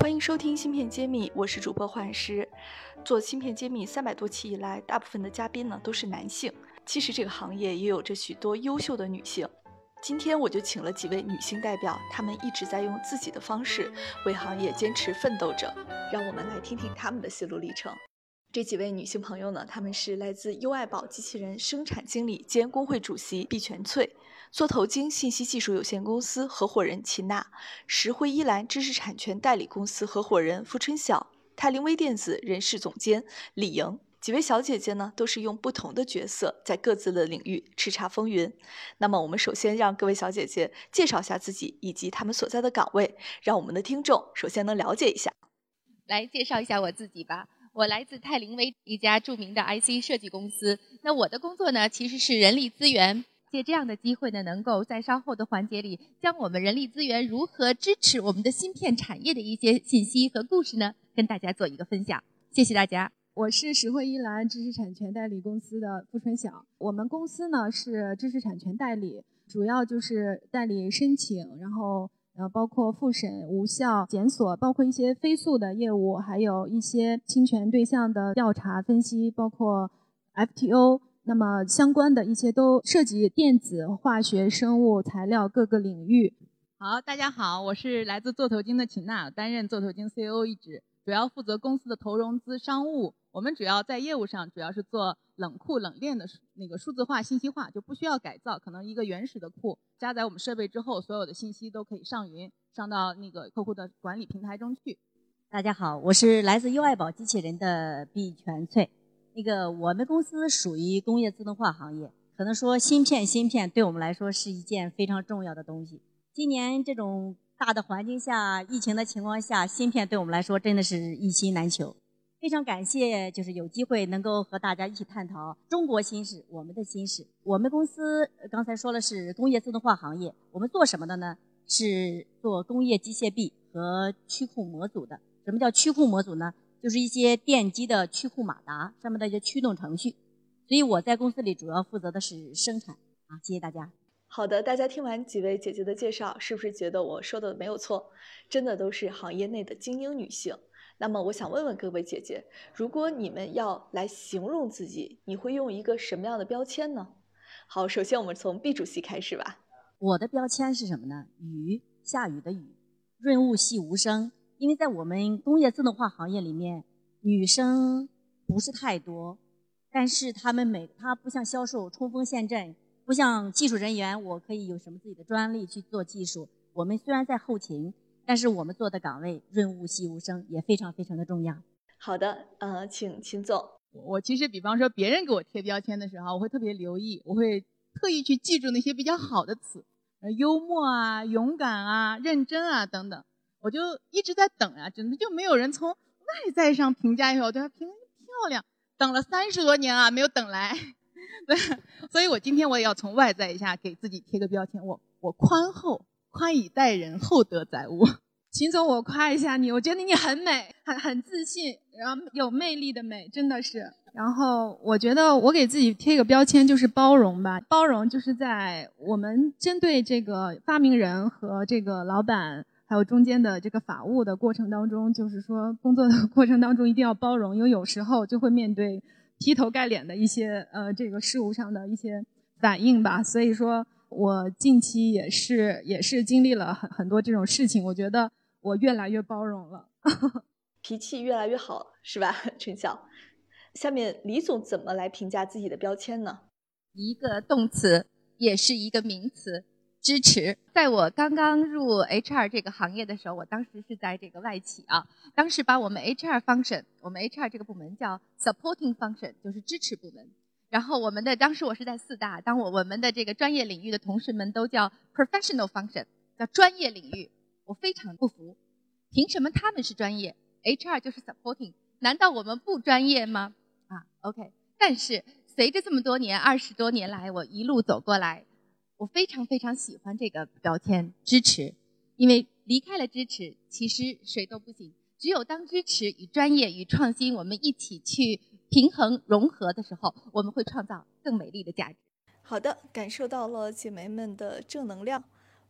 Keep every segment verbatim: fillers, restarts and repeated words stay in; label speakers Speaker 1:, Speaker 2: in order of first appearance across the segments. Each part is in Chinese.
Speaker 1: 欢迎收听芯片揭秘，我是主播幻师。做芯片揭秘三百多期以来，大部分的嘉宾呢都是男性，其实这个行业也有着许多优秀的女性。今天我就请了几位女性代表，她们一直在用自己的方式为行业坚持奋斗着，让我们来听听她们的心路历程。这几位女性朋友呢，她们是来自优爱宝机器人生产经理兼工会主席毕全翠，做头晶信息技术有限公司合伙人秦娜，石灰依兰知识产权代理公司合伙人付春晓，泰林微电子人事总监李莹。几位小姐姐呢，都是用不同的角色在各自的领域叱咤风云。那么我们首先让各位小姐姐介绍一下自己以及她们所在的岗位，让我们的听众首先能了解一下。
Speaker 2: 来介绍一下我自己吧。我来自泰林微，一家著名的 I C 设计公司。那我的工作呢，其实是人力资源。借这样的机会呢，能够在稍后的环节里，将我们人力资源如何支持我们的芯片产业的一些信息和故事呢，跟大家做一个分享。谢谢大家。
Speaker 3: 我是石灰依兰知识产权代理公司的付春晓。我们公司呢是知识产权代理，主要就是代理申请，然后呃，包括复审、无效、检索，包括一些非诉的业务，还有一些侵权对象的调查分析，包括 F T O， 那么相关的一些都涉及电子、化学、生物、材料各个领域。
Speaker 4: 好，大家好，我是来自做头晶的秦娜，担任做头晶 C E O 一职，主要负责公司的投融资商务。我们主要在业务上主要是做冷库冷链的那个数字化信息化，就不需要改造，可能一个原始的库加载我们设备之后，所有的信息都可以上云，上到那个客户的管理平台中去。
Speaker 5: 大家好，我是来自优爱宝机器人的毕全翠。那个我们公司属于工业自动化行业，可能说芯片芯片对我们来说是一件非常重要的东西。今年这种大的环境下，疫情的情况下，芯片对我们来说真的是一机难求。非常感谢，就是有机会能够和大家一起探讨中国新事，我们的新事。我们公司刚才说了是工业自动化行业，我们做什么的呢？是做工业机械臂和驱库模组的。什么叫驱库模组呢？就是一些电机的驱库马达上面的一些驱动程序。所以我在公司里主要负责的是生产啊，谢谢大家。
Speaker 1: 好的，大家听完几位姐姐的介绍，是不是觉得我说的没有错？真的都是行业内的精英女性。那么我想问问各位姐姐，如果你们要来形容自己，你会用一个什么样的标签呢？好，首先我们从毕主席开始吧。
Speaker 5: 我的标签是什么呢？雨，下雨的雨，润物细无声。因为在我们工业自动化行业里面，女生不是太多，但是她们每她不像销售冲锋陷阵，不像技术人员，我可以有什么自己的专利去做技术。我们虽然在后勤，但是我们做的岗位润物细无声，也非常非常的重要。
Speaker 1: 好的，呃，请秦总。
Speaker 4: 我其实比方说别人给我贴标签的时候，我会特别留意，我会特意去记住那些比较好的词，呃，幽默啊、勇敢啊、认真啊等等。我就一直在等啊，真的就没有人从外在上评价一下我对她评漂亮，等了三十多年啊，没有等来。对，所以我今天我也要从外在一下给自己贴个标签，我我宽厚。宽以待人，厚德载物。
Speaker 3: 秦总，我夸一下你，我觉得你很美，很很自信，然后有魅力的美，真的是。然后我觉得我给自己贴一个标签，就是包容吧。包容就是在我们针对这个发明人和这个老板，还有中间的这个法务的过程当中，就是说工作的过程当中一定要包容，因为有时候就会面对劈头盖脸的一些呃这个事物上的一些反应吧。所以说我近期也是也是经历了很很多这种事情，我觉得我越来越包容了。
Speaker 1: 脾气越来越好，是吧，春晓？下面李总怎么来评价自己的标签呢？
Speaker 2: 一个动词，也是一个名词，支持。在我刚刚入 H R 这个行业的时候，我当时是在这个外企啊，当时把我们 H R function， 我们 H R 这个部门叫 supporting function， 就是支持部门。然后我们的当时我是在四大，当我我们的这个专业领域的同事们都叫 professional function， 叫专业领域。我非常不服，凭什么他们是专业 ，H R 就是 supporting， 难道我们不专业吗？啊 ，OK。但是随着这么多年，二十多年来，我一路走过来，我非常非常喜欢这个标签支持，因为离开了支持，其实谁都不行。只有当支持与专业与创新，我们一起去平衡融合的时候，我们会创造更美丽的价值。
Speaker 1: 好的，感受到了姐妹们的正能量。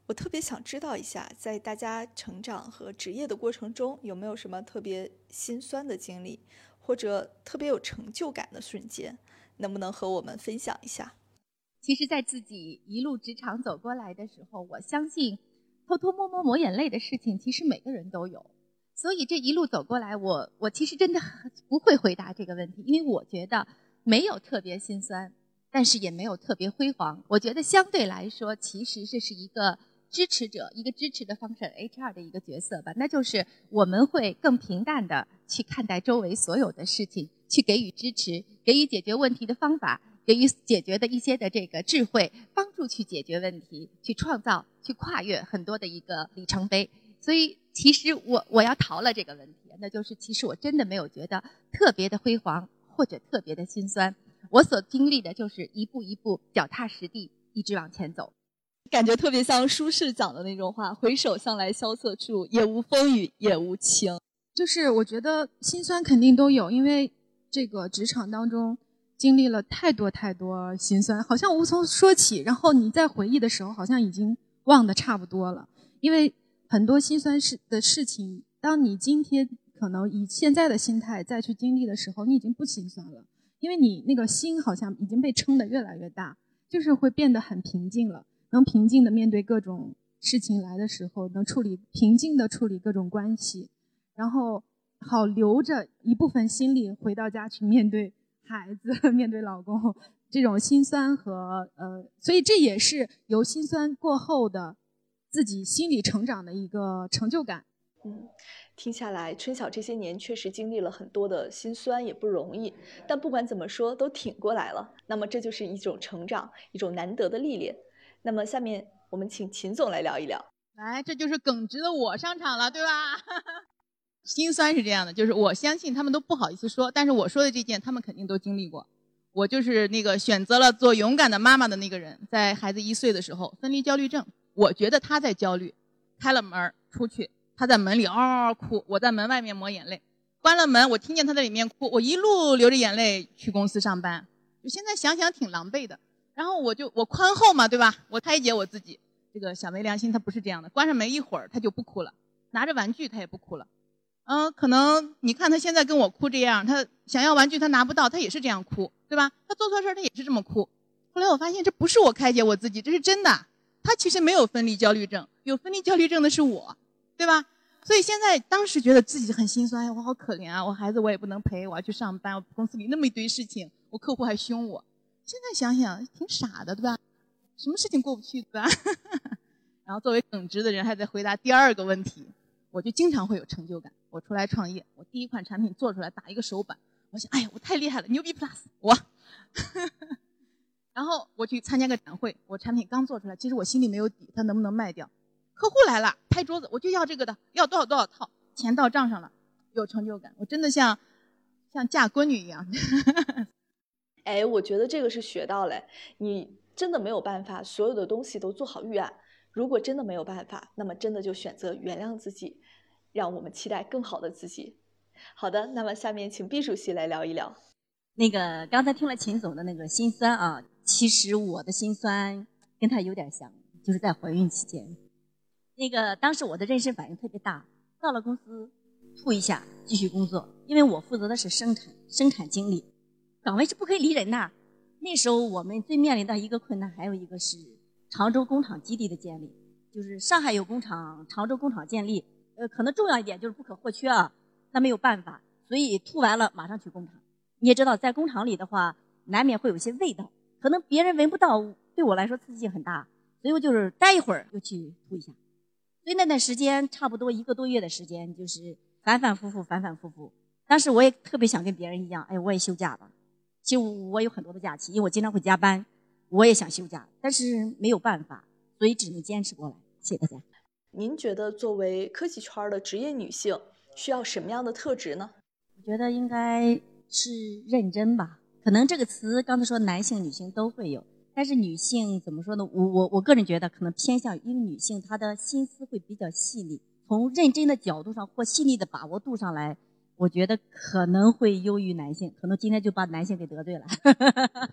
Speaker 1: 我特别想知道一下，在大家成长和职业的过程中，有没有什么特别心酸的经历，或者特别有成就感的瞬间，能不能和我们分享一下？
Speaker 2: 其实在自己一路职场走过来的时候，我相信偷偷摸摸抹眼泪的事情其实每个人都有。所以这一路走过来，我我其实真的不会回答这个问题，因为我觉得没有特别心酸，但是也没有特别辉煌。我觉得相对来说，其实这是一个支持者，一个支持的 function H R 的一个角色吧，那就是我们会更平淡的去看待周围所有的事情，去给予支持，给予解决问题的方法，给予解决的一些的这个智慧，帮助去解决问题，去创造，去跨越很多的一个里程碑。所以其实我我要逃了这个问题，那就是其实我真的没有觉得特别的辉煌或者特别的心酸，我所经历的就是一步一步脚踏实地一直往前走。
Speaker 1: 感觉特别像舒适讲的那种话，回首向来萧瑟处，也无风雨也无晴。
Speaker 3: 就是我觉得心酸肯定都有，因为这个职场当中经历了太多太多心酸，好像无从说起，然后你在回忆的时候好像已经忘得差不多了。因为很多心酸事的事情，当你今天可能以现在的心态再去经历的时候，你已经不心酸了，因为你那个心好像已经被撑得越来越大，就是会变得很平静了，能平静的面对各种事情来的时候，能处理平静的处理各种关系，然后好留着一部分心力回到家去面对孩子，面对老公，这种心酸和呃，所以这也是由心酸过后的自己心理成长的一个成就感。
Speaker 1: 嗯，听下来，春晓这些年确实经历了很多的辛酸，也不容易。但不管怎么说，都挺过来了。那么这就是一种成长，一种难得的历练。那么下面我们请秦总来聊一聊。
Speaker 4: 来，这就是耿直的我上场了，对吧？心酸是这样的，就是我相信他们都不好意思说，但是我说的这件，他们肯定都经历过。我就是那个选择了做勇敢的妈妈的那个人，在孩子一岁的时候，分离焦虑症。我觉得他在焦虑，开了门出去，他在门里嗷嗷哭，我在门外面抹眼泪。关了门，我听见他在里面哭，我一路流着眼泪去公司上班。就现在想想挺狼狈的。然后我就我宽厚嘛，对吧？我开解我自己。这个小梅良心她不是这样的，关上门一会儿她就不哭了，拿着玩具她也不哭了。嗯，可能你看她现在跟我哭这样，她想要玩具她拿不到，她也是这样哭，对吧？她做错事她也是这么哭。后来我发现这不是我开解我自己，这是真的。她其实没有分离焦虑症，有分离焦虑症的是我，对吧？所以现在当时觉得自己很心酸，我好可怜啊！我孩子我也不能陪，我要去上班，我公司里那么一堆事情，我客户还凶我。现在想想挺傻的，对吧？什么事情过不去，对吧？然后作为耿直的人，还在回答第二个问题，我就经常会有成就感。我出来创业，我第一款产品做出来，打一个手板，我想，哎呀，我太厉害了，牛逼 plus 我。然后我去参加个展会，我产品刚做出来，其实我心里没有底，它能不能卖掉？客户来了，拍桌子，我就要这个的，要多少多少套，钱到账上了，有成就感。我真的像像嫁闺女一样。
Speaker 1: 哎，我觉得这个是学到了，你真的没有办法所有的东西都做好预案。如果真的没有办法，那么真的就选择原谅自己，让我们期待更好的自己。好的，那么下面请毕主席来聊一聊。
Speaker 5: 那个刚才听了秦总的那个心酸啊，其实我的心酸跟他有点像，就是在怀孕期间。那个当时我的妊娠反应特别大，到了公司吐一下继续工作，因为我负责的是生产生产经理，岗位是不可以离人的。那时候我们最面临的一个困难，还有一个是常州工厂基地的建立，就是上海有工厂，常州工厂建立，呃，可能重要一点就是不可或缺啊，那没有办法，所以吐完了马上去工厂。你也知道，在工厂里的话，难免会有一些味道，可能别人闻不到，对我来说刺激性很大，所以我就是待一会儿又去吐一下。所以那段时间差不多一个多月的时间，就是反反复复，反反复复。当时我也特别想跟别人一样，哎，我也休假吧。其实我有很多的假期，因为我经常会加班，我也想休假，但是没有办法，所以只能坚持过来。谢谢大家。
Speaker 1: 您觉得作为科技圈的职业女性，需要什么样的特质呢？
Speaker 5: 我觉得应该是认真吧。可能这个词刚才说男性、女性都会有，但是女性怎么说呢？我我我个人觉得可能偏向于，因为女性她的心思会比较细腻，从认真的角度上或细腻的把握度上来，我觉得可能会优于男性。可能今天就把男性给得罪了。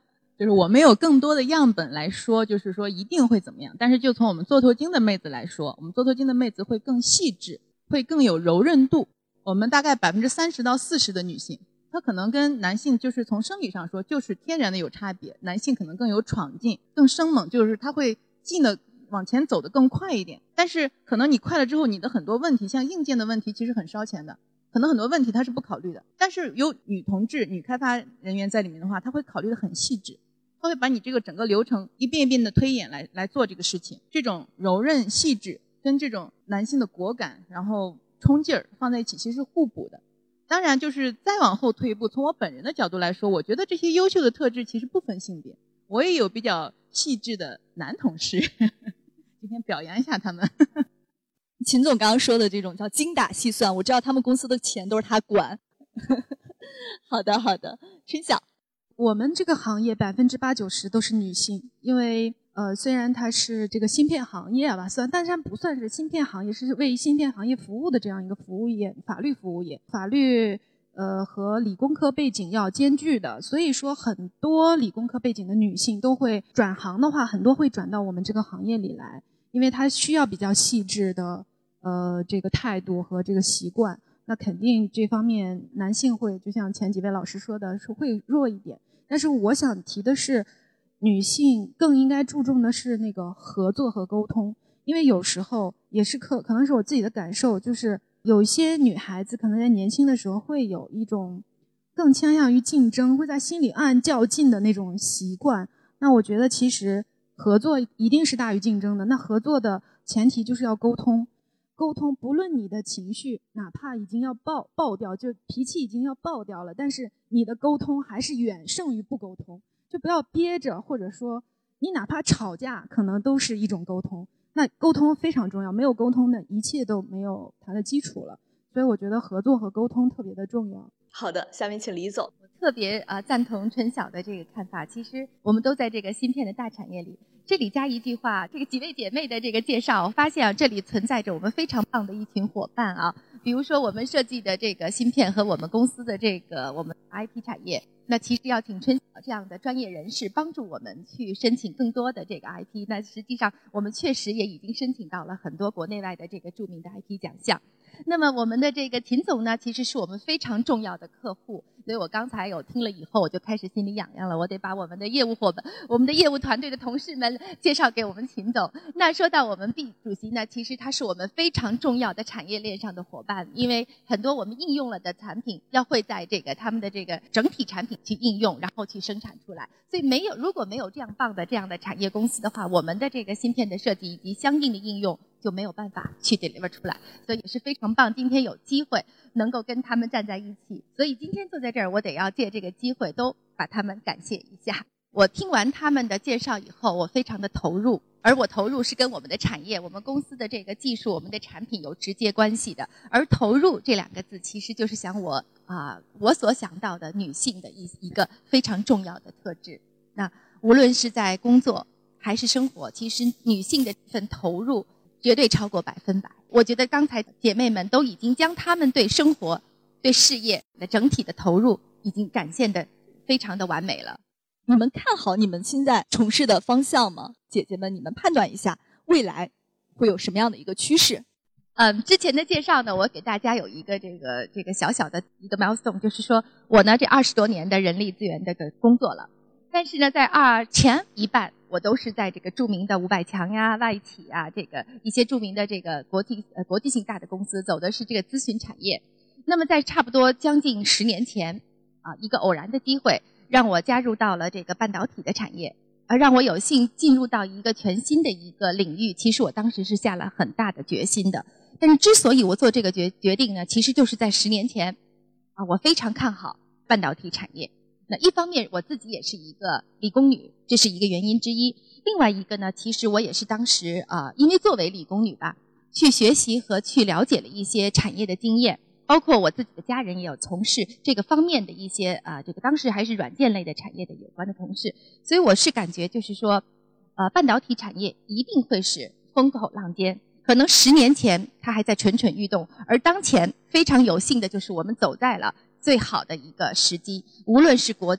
Speaker 4: 就是我没有更多的样本来说，就是说一定会怎么样。但是就从我们座头鲸的妹子来说，我们座头鲸的妹子会更细致，会更有柔韧度。我们大概百分之三十到四十的女性，她可能跟男性就是从生理上说就是天然的有差别。男性可能更有闯劲，更生猛，就是他会进的往前走得更快一点。但是可能你快了之后，你的很多问题，像硬件的问题，其实很烧钱的。可能很多问题他是不考虑的。但是有女同志、女开发人员在里面的话，他会考虑的很细致。他会把你这个整个流程一遍一遍的推演来来做这个事情。这种柔韧细致跟这种男性的果敢然后冲劲儿放在一起，其实是互补的。当然就是再往后退一步，从我本人的角度来说，我觉得这些优秀的特质其实不分性别。我也有比较细致的男同事今天表扬一下他们
Speaker 1: 秦总刚刚说的这种叫精打细算，我知道他们公司的钱都是他管好的好的。春晓，
Speaker 3: 我们这个行业百分之八九十都是女性，因为呃，虽然它是这个芯片行业吧，算，但是它不算是芯片行业，是为芯片行业服务的这样一个服务业，法律服务业，法律呃和理工科背景要兼具的，所以说很多理工科背景的女性都会转行的话，很多会转到我们这个行业里来，因为它需要比较细致的呃这个态度和这个习惯，那肯定这方面男性会就像前几位老师说的是会弱一点。但是我想提的是，女性更应该注重的是那个合作和沟通，因为有时候也是可可能是我自己的感受，就是有一些女孩子可能在年轻的时候会有一种更倾向于竞争，会在心里暗暗较劲的那种习惯。那我觉得其实合作一定是大于竞争的，那合作的前提就是要沟通。沟通，不论你的情绪哪怕已经要爆爆掉，就脾气已经要爆掉了，但是你的沟通还是远胜于不沟通，就不要憋着，或者说你哪怕吵架可能都是一种沟通，那沟通非常重要，没有沟通的一切都没有它的基础了，所以我觉得合作和沟通特别的重要。
Speaker 1: 好的，下面请李总。
Speaker 2: 我特别呃赞同春晓的这个看法，其实我们都在这个芯片的大产业里。这里加一句话，这个几位姐妹的这个介绍，我发现啊，这里存在着我们非常棒的一群伙伴啊。比如说我们设计的这个芯片和我们公司的这个我们 I P 产业，那其实要请春晓这样的专业人士帮助我们去申请更多的这个 I P。那实际上我们确实也已经申请到了很多国内外的这个著名的 I P 奖项。那么我们的这个秦总呢，其实是我们非常重要的客户，所以我刚才有听了以后，我就开始心里痒痒了，我得把我们的业务伙伴、我们的业务团队的同事们介绍给我们秦总。那说到我们毕主席呢，其实他是我们非常重要的产业链上的伙伴，因为很多我们应用了的产品要会在这个他们的这个整体产品去应用，然后去生产出来。所以没有如果没有这样棒的这样的产业公司的话，我们的这个芯片的设计以及相应的应用就没有办法去 deliver 出来，所以也是非常棒。今天有机会能够跟他们站在一起，所以今天坐在这儿，我得要借这个机会都把他们感谢一下。我听完他们的介绍以后，我非常的投入，而我投入是跟我们的产业、我们公司的这个技术、我们的产品有直接关系的。而投入这两个字，其实就是想我啊、呃，我所想到的女性的一一个非常重要的特质。那无论是在工作还是生活，其实女性的这份投入绝对超过百分百。我觉得刚才姐妹们都已经将她们对生活、对事业的整体的投入已经展现得非常的完美了。
Speaker 1: 你们看好你们现在从事的方向吗？姐姐们，你们判断一下未来会有什么样的一个趋势？
Speaker 2: 嗯，之前的介绍呢，我给大家有一个这个这个小小的一个 milestone， 就是说我呢这二十多年的人力资源的个工作了，但是呢在二前一半我都是在这个著名的五百强呀、外企啊，这个一些著名的这个国际呃国际性大的公司，走的是这个咨询产业。那么在差不多将近十年前啊，一个偶然的机会让我加入到了这个半导体的产业，而让我有幸进入到一个全新的一个领域。其实我当时是下了很大的决心的，但是之所以我做这个决决定呢，其实就是在十年前啊，我非常看好半导体产业。那一方面我自己也是一个理工女，这是一个原因之一。另外一个呢，其实我也是当时啊、呃，因为作为理工女吧，去学习和去了解了一些产业的经验。包括我自己的家人也有从事这个方面的一些啊、呃，这个当时还是软件类的产业的有关的同事，所以我是感觉就是说，呃，半导体产业一定会是风口浪尖。可能十年前它还在蠢蠢欲动，而当前非常有幸的就是我们走在了最好的一个时机，无论是国际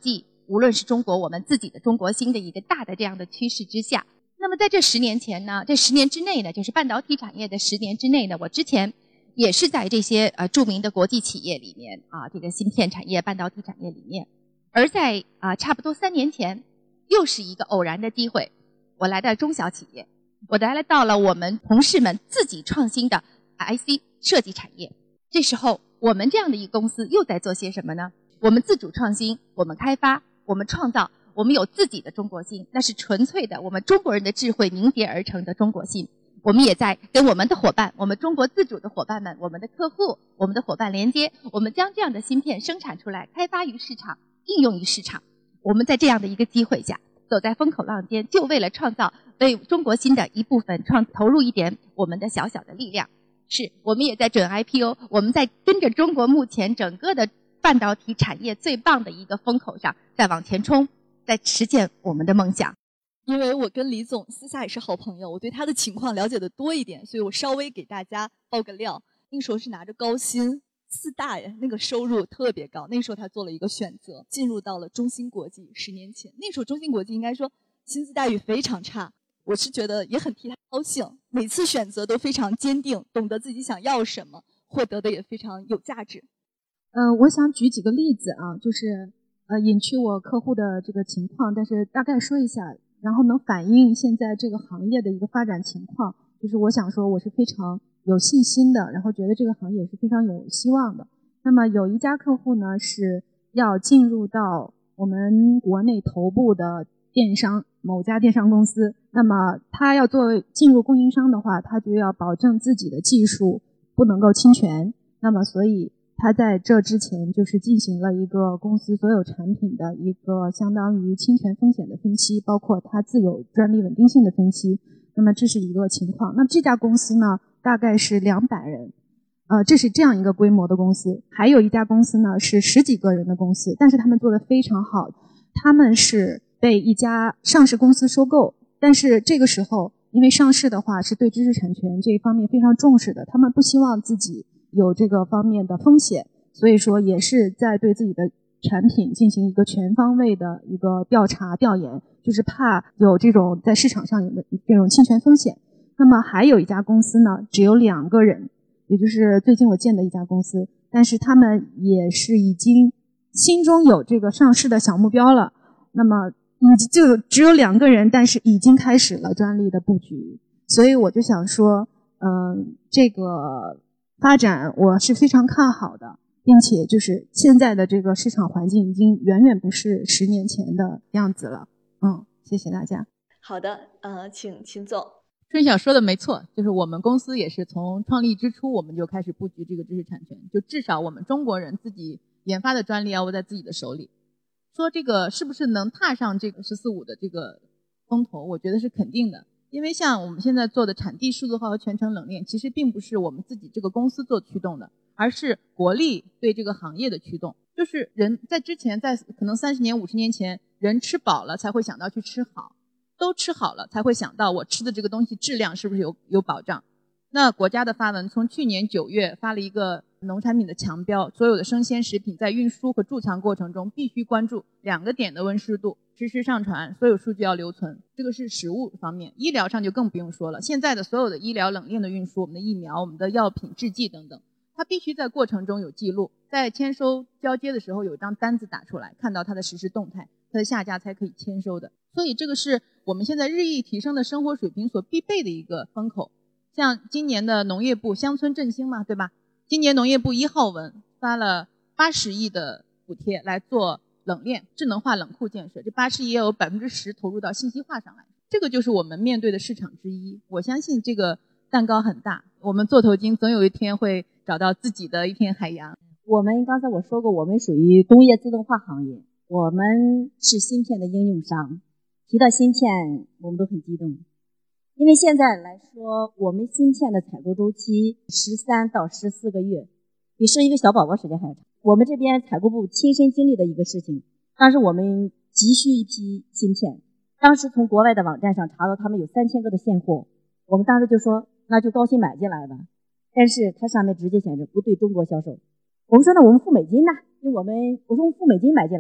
Speaker 2: 无论是中国我们自己的中国芯的一个大的这样的趋势之下，那么在这十年前呢，这十年之内呢，就是半导体产业的十年之内呢，我之前也是在这些呃著名的国际企业里面啊，这个芯片产业、半导体产业里面。而在啊差不多三年前，又是一个偶然的机会，我来到中小企业，我来到了我们同事们自己创新的 I C 设计产业。这时候，我们这样的一个公司又在做些什么呢？我们自主创新，我们开发，我们创造，我们有自己的中国芯，那是纯粹的我们中国人的智慧凝结而成的中国芯。我们也在跟我们的伙伴，我们中国自主的伙伴们，我们的客户，我们的伙伴连接，我们将这样的芯片生产出来，开发于市场，应用于市场。我们在这样的一个机会下，走在风口浪尖，就为了创造为中国芯的一部分创投入一点我们的小小的力量。是我们也在准 I P O， 我们在跟着中国目前整个的半导体产业最棒的一个风口上再往前冲，在实现我们的梦想。
Speaker 1: 因为我跟李总私下也是好朋友，我对他的情况了解的多一点，所以我稍微给大家爆个料。那个时候是拿着高薪四大爷，那个收入特别高。那时候他做了一个选择，进入到了中芯国际。十年前，那时候中芯国际应该说薪资待遇非常差，我是觉得也很替他高兴。每次选择都非常坚定，懂得自己想要什么，获得的也非常有价值。
Speaker 3: 呃，我想举几个例子啊，就是呃隐去我客户的这个情况，但是大概说一下，然后能反映现在这个行业的一个发展情况。就是我想说，我是非常有信心的，然后觉得这个行业是非常有希望的。那么有一家客户呢，是要进入到我们国内头部的电商某家电商公司，那么他要作为进入供应商的话，他就要保证自己的技术不能够侵权。那么所以他在这之前就是进行了一个公司所有产品的一个相当于侵权风险的分析，包括它自有专利稳定性的分析。那么这是一个情况。那么这家公司呢，大概是两百人，呃，这是这样一个规模的公司。还有一家公司呢是十几个人的公司，但是他们做得非常好，他们是被一家上市公司收购，但是这个时候因为上市的话是对知识产权这一方面非常重视的，他们不希望自己有这个方面的风险，所以说也是在对自己的产品进行一个全方位的一个调查调研，就是怕有这种在市场上有的这种侵权风险。那么还有一家公司呢，只有两个人，也就是最近我见的一家公司，但是他们也是已经心中有这个上市的小目标了。那么就只有两个人，但是已经开始了专利的布局。所以我就想说，嗯、呃，这个发展我是非常看好的，并且就是现在的这个市场环境已经远远不是十年前的样子了。嗯，谢谢大家。
Speaker 1: 好的，呃，请秦总。
Speaker 4: 春晓说的没错，就是我们公司也是从创立之初我们就开始布局这个知识产权，就至少我们中国人自己研发的专利要握在自己的手里。说这个是不是能踏上这个十四五的这个风头，我觉得是肯定的。因为像我们现在做的产地数字化和全程冷链，其实并不是我们自己这个公司做驱动的，而是国力对这个行业的驱动。就是人在之前，在可能三十年、五十年前，人吃饱了才会想到去吃好，都吃好了才会想到我吃的这个东西质量是不是有有保障。那国家的发文从去年九月发了一个农产品的强标，所有的生鲜食品在运输和贮藏过程中必须关注两个点的温湿度，实时上传，所有数据要留存。这个是食物方面，医疗上就更不用说了。现在的所有的医疗冷链的运输，我们的疫苗、我们的药品、制剂等等，它必须在过程中有记录，在签收交接的时候有张单子打出来，看到它的实时动态，它的下家才可以签收的。所以这个是我们现在日益提升的生活水平所必备的一个风口。像今年的农业部乡村振兴嘛，对吧？今年农业部一号文发了八十亿的补贴来做冷链智能化冷库建设，这八十亿也有百分之十投入到信息化上来，这个就是我们面对的市场之一。我相信这个蛋糕很大，我们做头巾总有一天会找到自己的一片海洋。
Speaker 5: 我们刚才我说过，我们属于工业自动化行业，我们是芯片的应用商。提到芯片，我们都很激动。因为现在来说，我们芯片的采购周期十三到十四个月，比生一个小宝宝时间还要长。我们这边采购部亲身经历的一个事情，当时我们急需一批芯片，当时从国外的网站上查到他们有三千个的现货，我们当时就说那就高薪买进来吧，但是它上面直接显示不对中国销售。我们说那我们付美金呢，因为我们我说付美金买进来，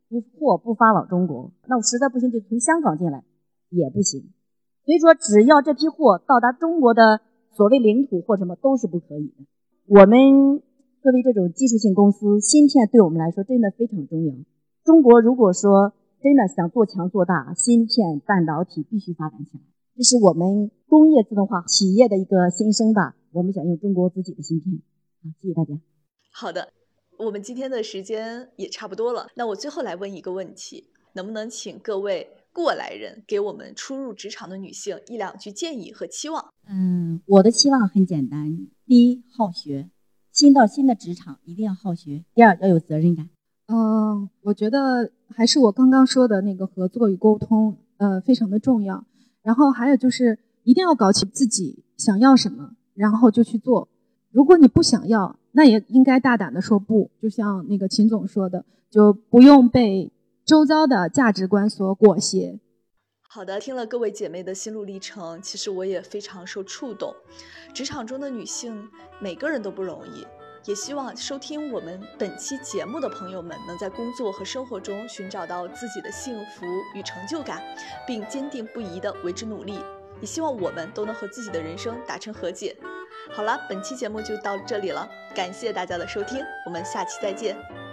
Speaker 5: 不货不发往中国，那我实在不行就从香港进来也不行。所以说只要这批货到达中国的所谓领土或什么都是不可以的。我们作为这种技术性公司，芯片对我们来说真的非常重要。中国如果说真的想做强做大，芯片半导体必须发展起来，这是我们工业自动化企业的一个心声吧。我们想用中国自己的芯片。好，谢谢大家。
Speaker 1: 好的，我们今天的时间也差不多了，那我最后来问一个问题，能不能请各位过来人给我们初入职场的女性一两句建议和期望？
Speaker 5: 嗯，我的期望很简单，第一，好学，新到新的职场一定要好学；第二，要有责任感。
Speaker 3: 嗯、呃，我觉得还是我刚刚说的那个合作与沟通，呃，非常的重要。然后还有就是一定要搞清自己想要什么，然后就去做。如果你不想要，那也应该大胆的说不。就像那个秦总说的，就不用被周遭的价值观所裹挟。
Speaker 1: 好的，听了各位姐妹的心路历程，其实我也非常受触动。职场中的女性每个人都不容易，也希望收听我们本期节目的朋友们能在工作和生活中寻找到自己的幸福与成就感，并坚定不移地为之努力。也希望我们都能和自己的人生达成和解。好了，本期节目就到这里了，感谢大家的收听，我们下期再见。